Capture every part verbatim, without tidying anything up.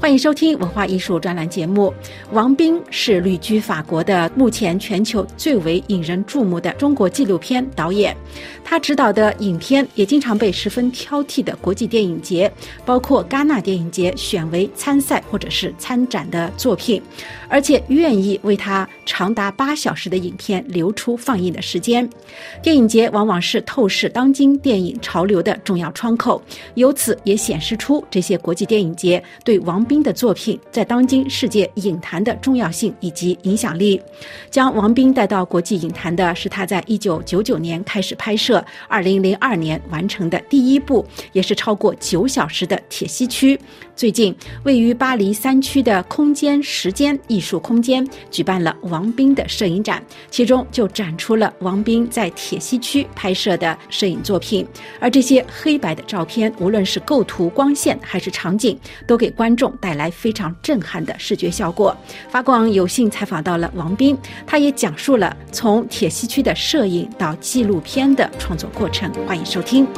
欢迎收听文化艺术专栏节目。王斌是旅居法国的目前全球最为引人注目的中国纪录片导演，他执导的影片也经常被十分挑剔的国际电影节，包括戛纳电影节选为参赛或者是参展的作品，而且愿意为他长达八小时的影片留出放映的时间。电影节往往是透视当今电影潮流的重要窗口，由此也显示出这些国际电影节对王斌的作品在当今世界影坛的重要性以及影响力。将王斌带到国际影坛的是他在一九九九年开始拍摄，二零零二年完成的第一部，也是超过九小时的《铁西区》。最近，位于巴黎三区的空间时间艺术空间举办了王斌的摄影展，其中就展出了王斌在铁西区拍摄的摄影作品。而这些黑白的照片，无论是构图、光线还是场景，都给观众带来非常震撼的视觉效果。法广有幸采访到了王斌，他也讲述了从铁西区的摄影到纪录片的创作过程。欢迎收听。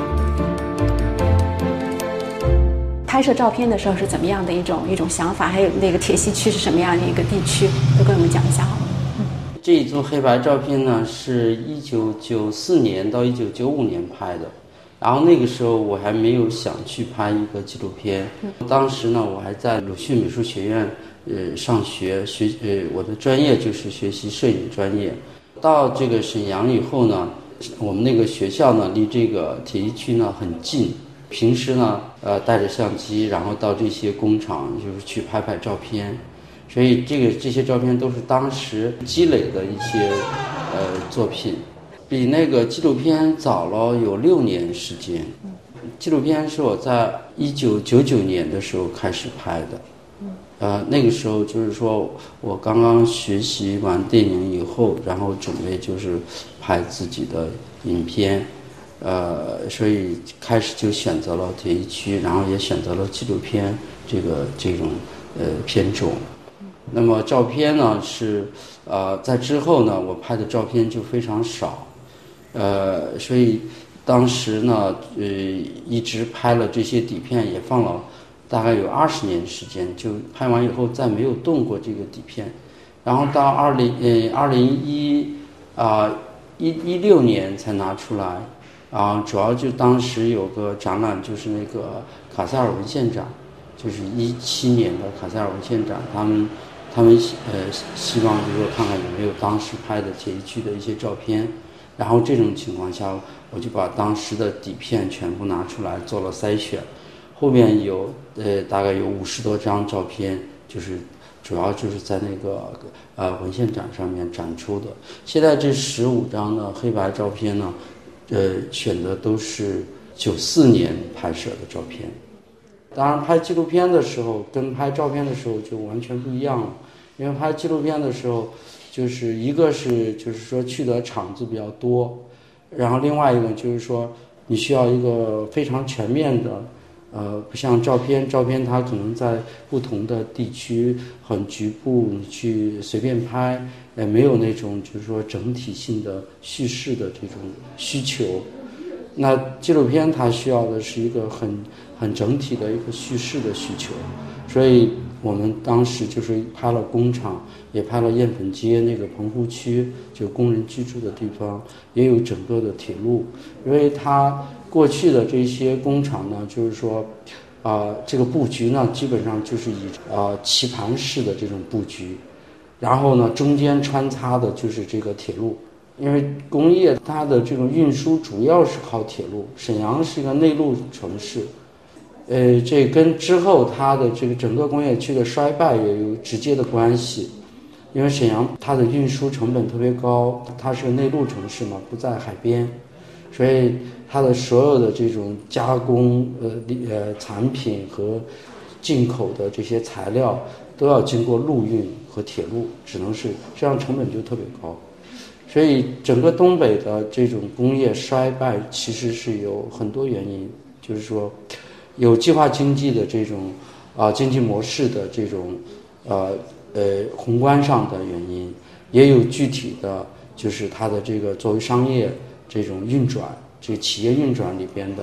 拍摄照片的时候是怎么样的一种一种想法，还有那个铁西区是什么样的一个地区，都跟我们讲一下好吗？ 嗯、这一组黑白照片呢，是一九九四年到一九九五年拍的，然后那个时候我还没有想去拍一个纪录片，嗯、当时呢我还在鲁迅美术学院呃上学，学呃我的专业就是学习摄影专业。到这个沈阳以后呢，我们那个学校呢离这个铁西区呢很近。平时呢，呃，带着相机，然后到这些工厂，就是去拍拍照片，所以这个这些照片都是当时积累的一些呃作品，比那个纪录片早了有六年时间。纪录片是我在一九九九年的时候开始拍的，呃，那个时候就是说我刚刚学习完电影以后，然后准备就是拍自己的影片。呃，所以开始就选择了铁西区，然后也选择了纪录片这个这种呃片种。那么照片呢是呃在之后呢，我拍的照片就非常少，呃，所以当时呢呃一直拍了这些底片，也放了大概有二十年时间，就拍完以后再没有动过这个底片。然后到二零呃二零一啊一一六年才拿出来。啊，主要就当时有个展览，就是那个卡塞尔文献展，就是一七年的卡塞尔文献展，他们他们呃希望就是说看看有没有当时拍的铁西区的一些照片，然后这种情况下，我就把当时的底片全部拿出来做了筛选，后面有呃大概有五十多张照片，就是主要就是在那个呃文献展上面展出的。现在这十五张的黑白照片呢。呃，选的都是九四年拍摄的照片。当然，拍纪录片的时候跟拍照片的时候就完全不一样了。因为拍纪录片的时候，就是一个是就是说去的场子比较多，然后另外一个就是说你需要一个非常全面的，呃，不像照片，照片它可能在不同的地区很局部，你去随便拍。也没有那种就是说整体性的叙事的这种需求，那纪录片它需要的是一个很很整体的一个叙事的需求，所以我们当时就是拍了工厂，也拍了燕粉街那个棚户区，就工人居住的地方，也有整个的铁路，因为它过去的这些工厂呢，就是说啊、呃、这个布局呢基本上就是以啊、呃、棋盘式的这种布局。然后呢，中间穿插的就是这个铁路，因为工业它的这种运输主要是靠铁路。沈阳是一个内陆城市，呃，这跟之后它的这个整个工业区的衰败也有直接的关系。因为沈阳它的运输成本特别高，它是个内陆城市嘛，不在海边，所以它的所有的这种加工呃呃产品和进口的这些材料都要经过陆运和铁路，只能是这样，成本就特别高。所以整个东北的这种工业衰败其实是有很多原因，就是说有计划经济的这种啊、呃、经济模式的这种呃呃宏观上的原因，也有具体的就是它的这个作为商业这种运转，这个企业运转里边的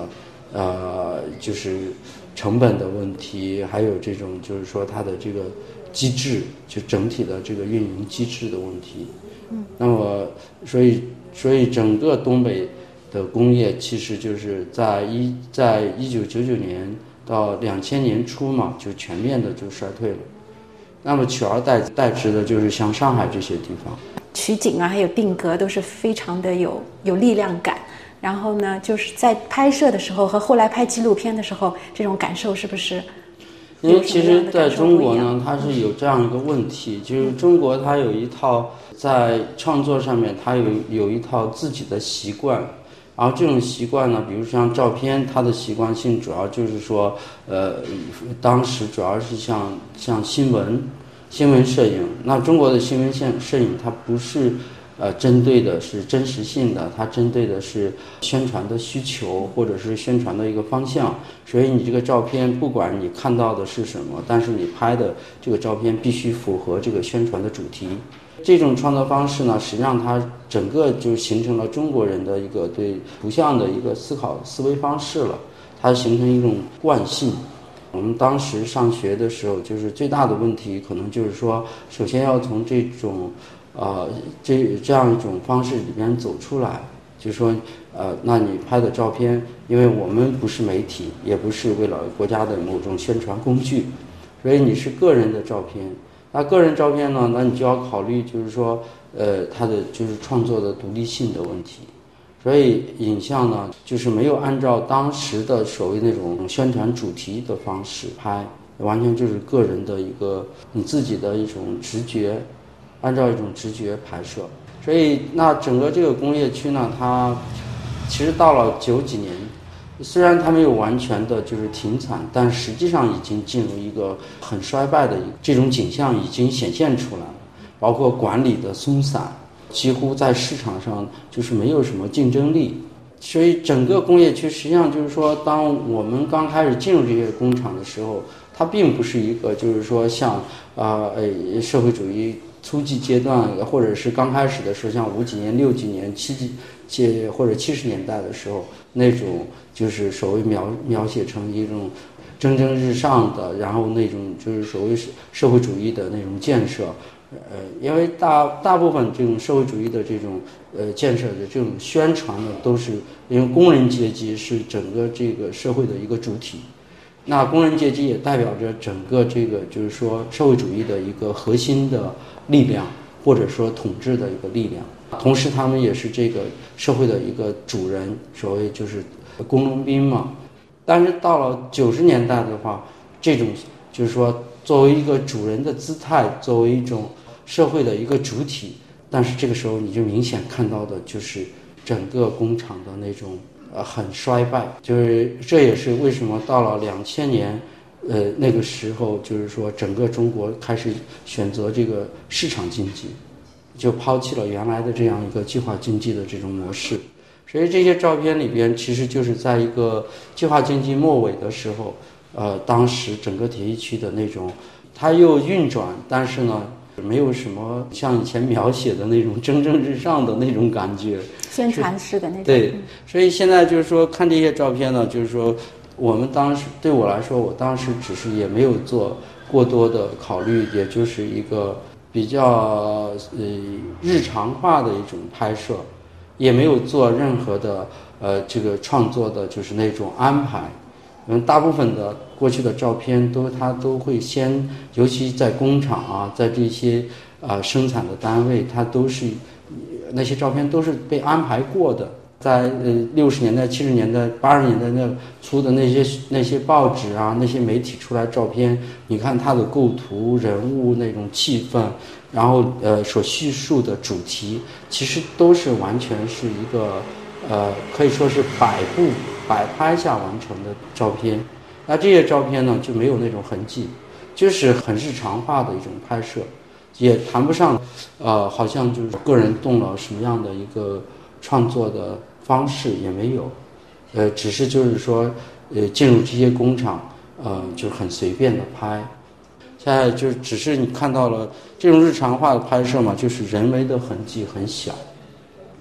呃，就是成本的问题，还有这种就是说它的这个机制，就整体的这个运营机制的问题。嗯，那么所以所以整个东北的工业其实就是在一在一九九九年到两千年初嘛，就全面的就衰退了。那么取而代代之的就是像上海这些地方， 取景啊，还有定格都是非常的有有力量感。然后呢，就是在拍摄的时候和后来拍纪录片的时候，这种感受是不是？ 因为其实在中国呢，它是有这样一个问题，就是中国它有一套在创作上面，它有有一套自己的习惯。然后这种习惯呢，比如像照片，它的习惯性主要就是说，呃，当时主要是像像新闻、新闻摄影。那中国的新闻线摄影，它不是呃针对的是真实性的，它针对的是宣传的需求或者是宣传的一个方向。所以你这个照片，不管你看到的是什么，但是你拍的这个照片必须符合这个宣传的主题。这种创作方式呢，实际上它整个就形成了中国人的一个对图像的一个思考思维方式了，它形成一种惯性。我们当时上学的时候，就是最大的问题可能就是说，首先要从这种呃这这样一种方式里边走出来，就是说呃，那你拍的照片，因为我们不是媒体，也不是为了国家的某种宣传工具，所以你是个人的照片。那个人照片呢，那你就要考虑就是说呃它的就是创作的独立性的问题。所以影像呢，就是没有按照当时的所谓那种宣传主题的方式拍，完全就是个人的一个你自己的一种直觉，按照一种直觉拍摄。所以那整个这个工业区呢，它其实到了九几年，虽然它没有完全的就是停产，但实际上已经进入一个很衰败的这种景象已经显现出来了，包括管理的松散，几乎在市场上就是没有什么竞争力。所以整个工业区实际上就是说，当我们刚开始进入这些工厂的时候，它并不是一个就是说像呃呃社会主义初级阶段，或者是刚开始的时候，像五几年、六几年、七几七或者七十年代的时候那种就是所谓描描写成一种蒸蒸日上的，然后那种就是所谓社会主义的那种建设。呃，因为大大部分这种社会主义的这种呃建设的这种宣传呢，都是因为工人阶级是整个这个社会的一个主体，那工人阶级也代表着整个这个就是说社会主义的一个核心的力量，或者说统治的一个力量。同时，他们也是这个社会的一个主人，所谓就是工农兵嘛。但是到了九十年代的话，这种就是说作为一个主人的姿态，作为一种社会的一个主体，但是这个时候你就明显看到的就是整个工厂的那种呃很衰败，就是这也是为什么到了两千年，呃那个时候就是说整个中国开始选择这个市场经济，就抛弃了原来的这样一个计划经济的这种模式。所以这些照片里边其实就是在一个计划经济末尾的时候，呃当时整个铁西区的那种它又运转，但是呢没有什么像以前描写的那种蒸蒸日上的那种感觉， 宣传式的那种。 对，所以现在就是说看这些照片呢，就是说我们当时对我来说，我当时只是也没有做过多的考虑，也就是一个比较呃日常化的一种拍摄，也没有做任何的呃这个创作的就是那种安排。嗯，大部分的过去的照片都它都会先，尤其在工厂啊，在这些呃生产的单位，它都是那些照片都是被安排过的。在呃六十年代、七十年代、八十年代那出的那些那些报纸啊，那些媒体出来照片，你看它的构图、人物那种气氛，然后呃所叙述的主题，其实都是完全是一个呃可以说是百步摆拍下完成的照片。那这些照片呢就没有那种痕迹，就是很日常化的一种拍摄，也谈不上呃好像就是个人动了什么样的一个创作的方式，也没有，呃只是就是说呃进入这些工厂呃就很随便的拍。现在就只是你看到了这种日常化的拍摄嘛，就是人为的痕迹很小。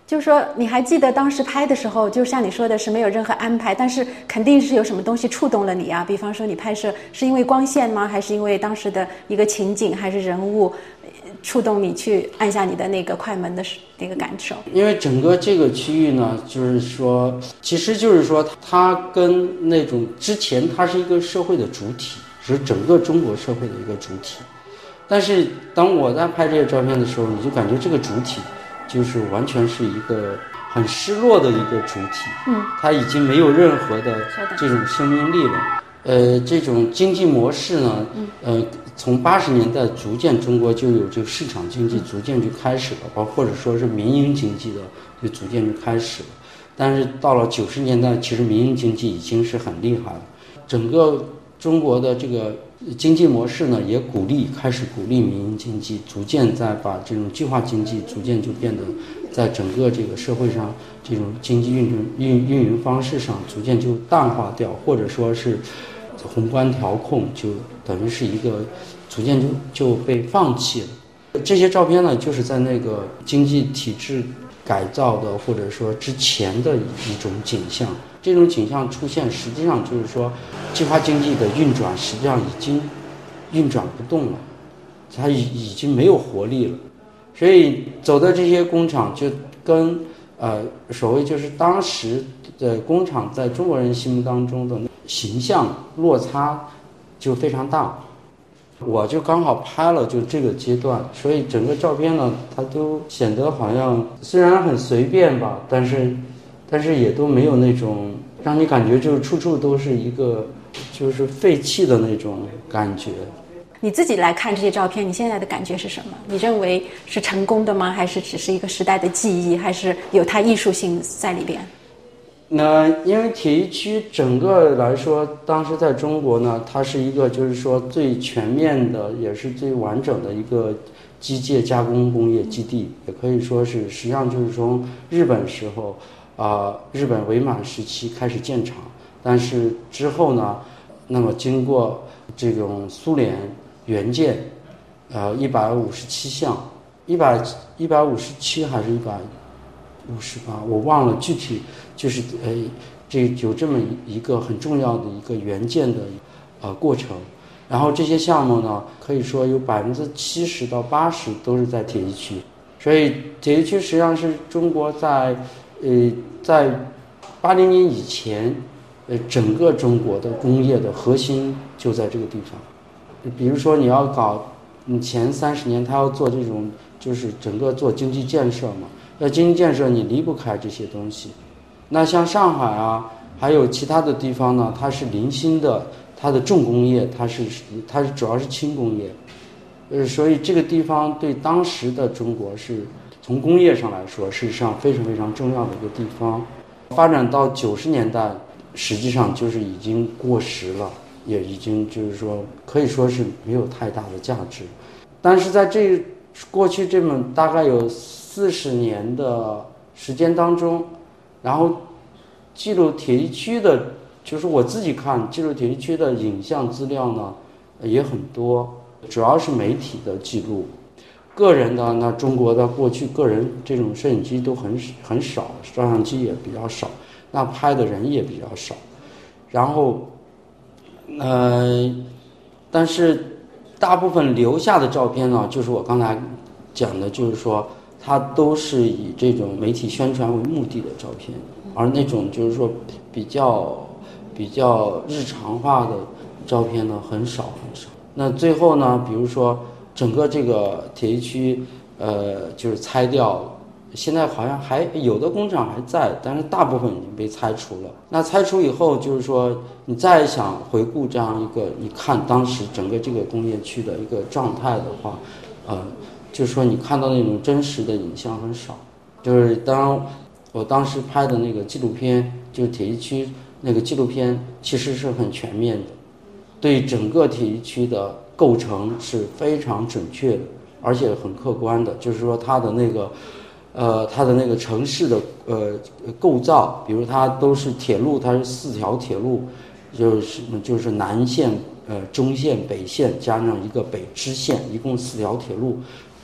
就是说你还记得当时拍的时候，就像你说的是没有任何安排，但是肯定是有什么东西触动了你啊，比方说你拍摄是因为光线吗，还是因为当时的一个情景，还是人物触动你去按下你的那个快门的那个感受？ 因为整个这个区域呢，就是说其实就是说它跟那种之前它是一个社会的主体，是整个中国社会的一个主体，但是当我在拍这些照片的时候，你就感觉这个主体就是完全是一个很失落的一个主体，嗯，它已经没有任何的这种生命力了。呃，这种经济模式呢，呃，从八十年代逐渐中国就有这个市场经济逐渐就开始了，包或者说是民营经济的就逐渐就开始了。但是到了九十年代，其实民营经济已经是很厉害了，整个中国的这个经济模式呢，也鼓励开始鼓励民营经济，逐渐在把这种计划经济逐渐就变得在整个这个社会上这种经济运营运运营方式上逐渐就淡化掉，或者说是宏观调控就等于是一个逐渐就就被放弃了。这些照片呢，就是在那个经济体制改造的或者说之前的一种景象。这种景象出现，实际上就是说计划经济的运转实际上已经运转不动了，它已已经没有活力了。所以走的这些工厂就跟呃所谓就是当时的工厂在中国人心目当中的形象落差就非常大。我就刚好拍了就这个阶段，所以整个照片呢，它都显得好像虽然很随便吧，但是但是也都没有那种让你感觉就是处处都是一个就是废弃的那种感觉。 你自己来看这些照片，你现在的感觉是什么？你认为是成功的吗？还是只是一个时代的记忆？还是有它艺术性在里边？ 那因为铁一区整个来说，当时在中国呢，它是一个就是说最全面的，也是最完整的一个机械加工工业基地，也可以说是实际上就是从日本时候啊、呃，日本伪满时期开始建厂，但是之后呢，那么经过这种苏联援建，呃，一百五十七项，一百一百五十七还是一百五十八，我忘了具体。就是呃，这有这么一个很重要的一个援建的呃过程，然后这些项目呢，可以说有百分之七十到八十都是在铁一区，所以铁一区实际上是中国在呃在八零年以前，呃整个中国的工业的核心就在这个地方。比如说你要搞，你前三十年他要做这种就是整个做经济建设嘛，要经济建设你离不开这些东西。那像上海啊，还有其他的地方呢，它是零星的，它的重工业，它是它是主要是轻工业，呃，所以这个地方对当时的中国是从工业上来说，事实上非常非常重要的一个地方。发展到九十年代，实际上就是已经过时了，也已经就是说可以说是没有太大的价值。但是在这过去这么大概有四十年的时间当中，然后记录铁一区的，就是我自己看记录铁一区的影像资料呢也很多，主要是媒体的记录，个人的那中国的过去个人这种摄影机都很很少，照相机也比较少，那拍的人也比较少，然后呃，但是大部分留下的照片呢，就是我刚才讲的，就是说它都是以这种媒体宣传为目的的照片，而那种就是说比较比较日常化的照片呢很少很少。那最后呢，比如说整个这个铁一区呃就是拆掉，现在好像还有的工厂还在，但是大部分已经被拆除了。那拆除以后，就是说你再想回顾这样一个，你看当时整个这个工业区的一个状态的话，呃就是说你看到那种真实的影像很少。就是当我当时拍的那个纪录片，就是铁一区那个纪录片，其实是很全面的，对整个铁一区的构成是非常准确的，而且很客观的。就是说它的那个呃它的那个城市的呃构造，比如它都是铁路，它是四条铁路，就是就是南线、呃中线、北线加上一个北支线，一共四条铁路。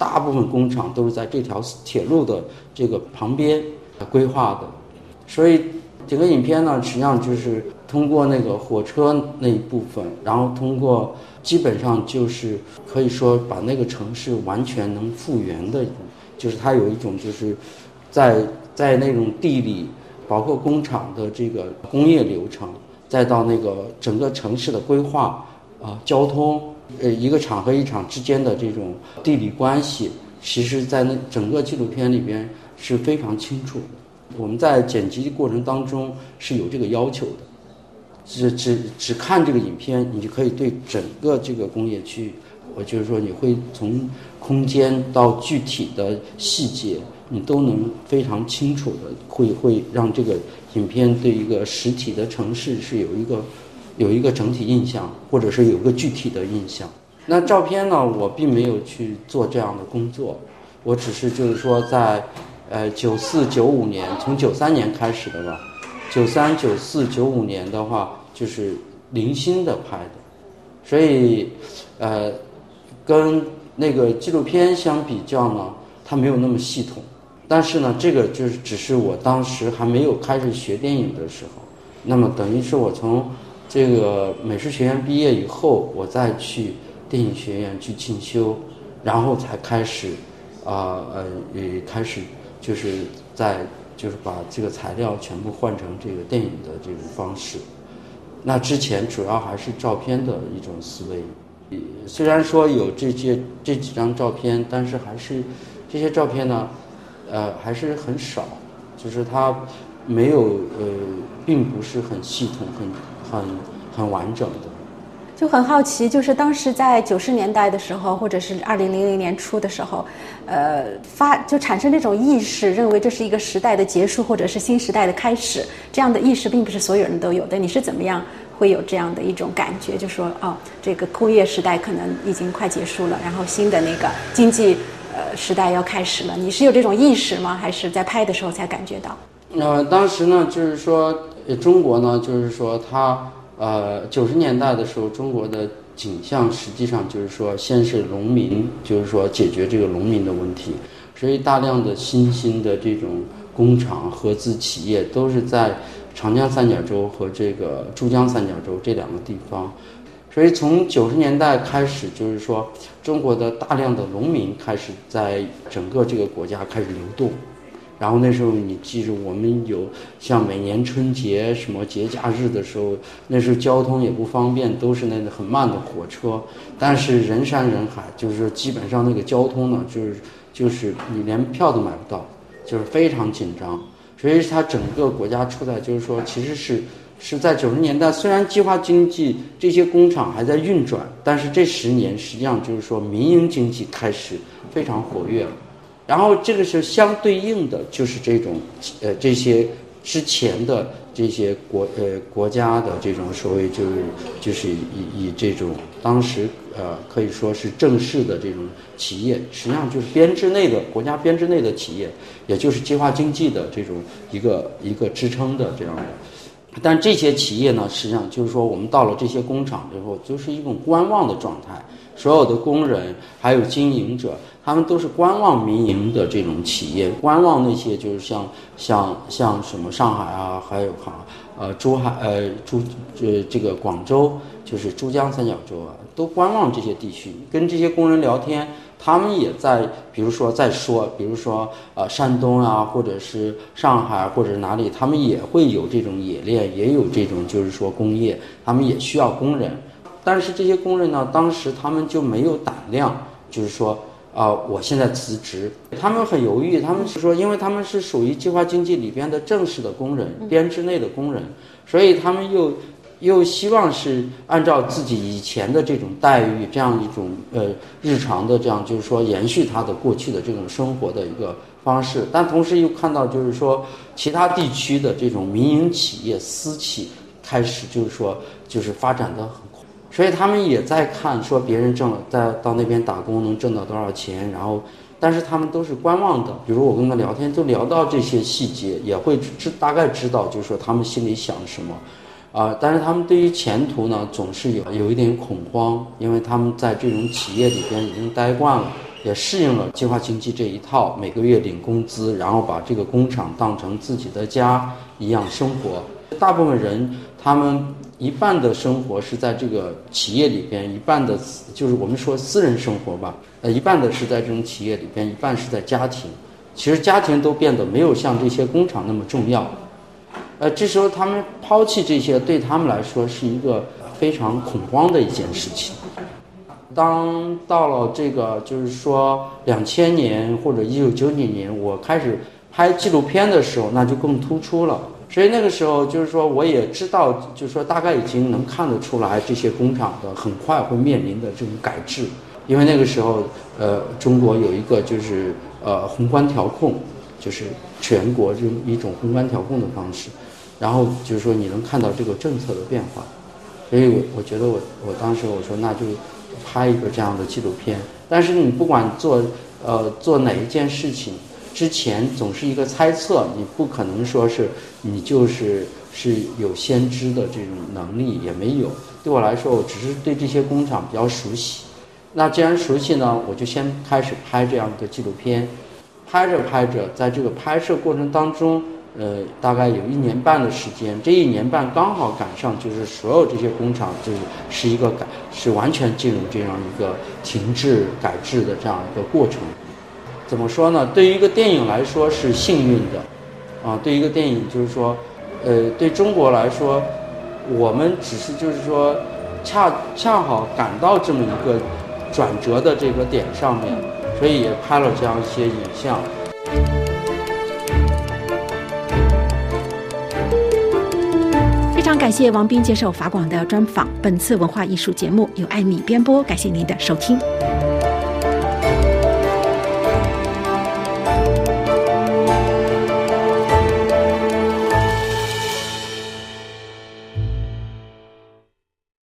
大部分工厂都是在这条铁路的这个旁边规划的，所以整个影片呢，实际上就是通过那个火车那一部分，然后通过基本上就是可以说把那个城市完全能复原的，就是它有一种就是在在那种地理，包括工厂的这个工业流程，再到那个整个城市的规划啊、交通，呃，一个厂和一厂之间的这种地理关系，其实在那整个纪录片里边是非常清楚的。我们在剪辑过程当中是有这个要求的，只只只看这个影片，你就可以对整个这个工业区，我就是说你会从空间到具体的细节，你都能非常清楚的，会会让这个影片对一个实体的城市是有一个有一个整体印象，或者是有一个具体的印象。那照片呢，我并没有去做这样的工作，我只是就是说在呃九四九五年，从九三年开始的吧，九三九四九五年的话就是零星的拍的，所以呃跟那个纪录片相比较呢，它没有那么系统。但是呢，这个就是只是我当时还没有开始学电影的时候，那么等于是我从这个美术学院毕业以后，我再去电影学院去进修，然后才开始啊呃也开始就是在就是把这个材料全部换成这个电影的这种方式。那之前主要还是照片的一种思维，虽然说有这些这几张照片，但是还是这些照片呢，呃还是很少，就是它没有呃并不是很系统很很很完整的。 就很好奇，就是当时在九十年代的时候，或者是二零零零年初的时候，呃，发就产生这种意识，认为这是一个时代的结束，或者是新时代的开始。这样的意识并不是所有人都有的。你是怎么样会有这样的一种感觉？就说哦，这个工业时代可能已经快结束了，然后新的那个经济呃时代要开始了。你是有这种意识吗？还是在拍的时候才感觉到？ 呃，当时呢，就是说，呃中国呢，就是说它。呃，九十年代的时候，中国的景象实际上就是说，先是农民，就是说解决这个农民的问题，所以大量的新兴的这种工厂、合资企业都是在长江三角洲和这个珠江三角洲这两个地方。所以从九十年代开始，就是说，中国的大量的农民开始在整个这个国家开始流动。然后那时候你记住，我们有像每年春节什么节假日的时候，那时候交通也不方便，都是那个很慢的火车，但是人山人海，就是基本上那个交通呢，就是就是你连票都买不到，就是非常紧张。所以它整个国家处在就是说，其实是是在九十年代，虽然计划经济这些工厂还在运转，但是这十年实际上就是说民营经济开始非常活跃了。然后这个是相对应的，就是这种呃这些之前的这些国呃国家的这种所谓就是就是以以这种当时呃可以说是正式的这种企业，实际上就是编制内的国家编制内的企业，也就是计划经济的这种一个一个支撑的这样的。但这些企业呢，实际上就是说我们到了这些工厂之后，就是一种观望的状态，所有的工人还有经营者，他们都是观望民营的这种企业，观望那些就是像像像什么上海啊，还有哈呃珠海呃珠呃这个广州，就是珠江三角洲啊，都观望这些地区，跟这些工人聊天，他们也在比如说在说，比如说呃山东啊，或者是上海或者是哪里，他们也会有这种冶炼，也有这种就是说工业，他们也需要工人，但是这些工人呢，当时他们就没有胆量，就是说。啊、呃，我现在辞职，他们很犹豫，他们是说，因为他们是属于计划经济里边的正式的工人，编制内的工人，所以他们又又希望是按照自己以前的这种待遇，这样一种呃日常的这样就是说延续他的过去的这种生活的一个方式，但同时又看到就是说其他地区的这种民营企业私企开始就是说就是发展的很快。所以他们也在看说别人挣了在到那边打工能挣到多少钱，然后但是他们都是观望的，比如我跟他聊天都聊到这些细节，也会知大概知道就是说他们心里想什么啊、呃，但是他们对于前途呢总是有有一点恐慌，因为他们在这种企业里边已经待惯了， 也适应了计划经济这一套，每个月领工资，然后把这个工厂当成自己的家一样生活。大部分人他们一半的生活是在这个企业里边，一半的就是我们说私人生活吧，呃，一半的是在这种企业里边，一半是在家庭。其实家庭都变得没有像这些工厂那么重要。呃，这时候他们抛弃这些，对他们来说是一个非常恐慌的一件事情。当到了这个就是说两千年或者一九九几年，我开始拍纪录片的时候，那就更突出了。所以那个时候就是说，我也知道，就是说大概已经能看得出来，这些工厂的很快会面临的这种改制，因为那个时候，呃，中国有一个就是呃宏观调控，就是全国这种一种宏观调控的方式，然后就是说你能看到这个政策的变化，所以我我觉得我我当时我说那就拍一个这样的纪录片，但是你不管做呃做哪一件事情。之前总是一个猜测，你不可能说是你就是是有先知的这种能力，也没有。对我来说，我只是对这些工厂比较熟悉。那既然熟悉呢，我就先开始拍这样一个纪录片。拍着拍着，在这个拍摄过程当中，呃，大概有一年半的时间。这一年半刚好赶上，就是所有这些工厂就是是一个改，是完全进入这样一个停滞改制的这样一个过程。怎么说呢？对于一个电影来说是幸运的，啊，对于一个电影就是说，呃，对中国来说，我们只是就是说，恰恰好赶到这么一个转折的这个点上面，所以也拍了这样一些影像。 非常感谢王斌接受法广的专访。本次文化艺术节目由艾米编播，感谢您的收听。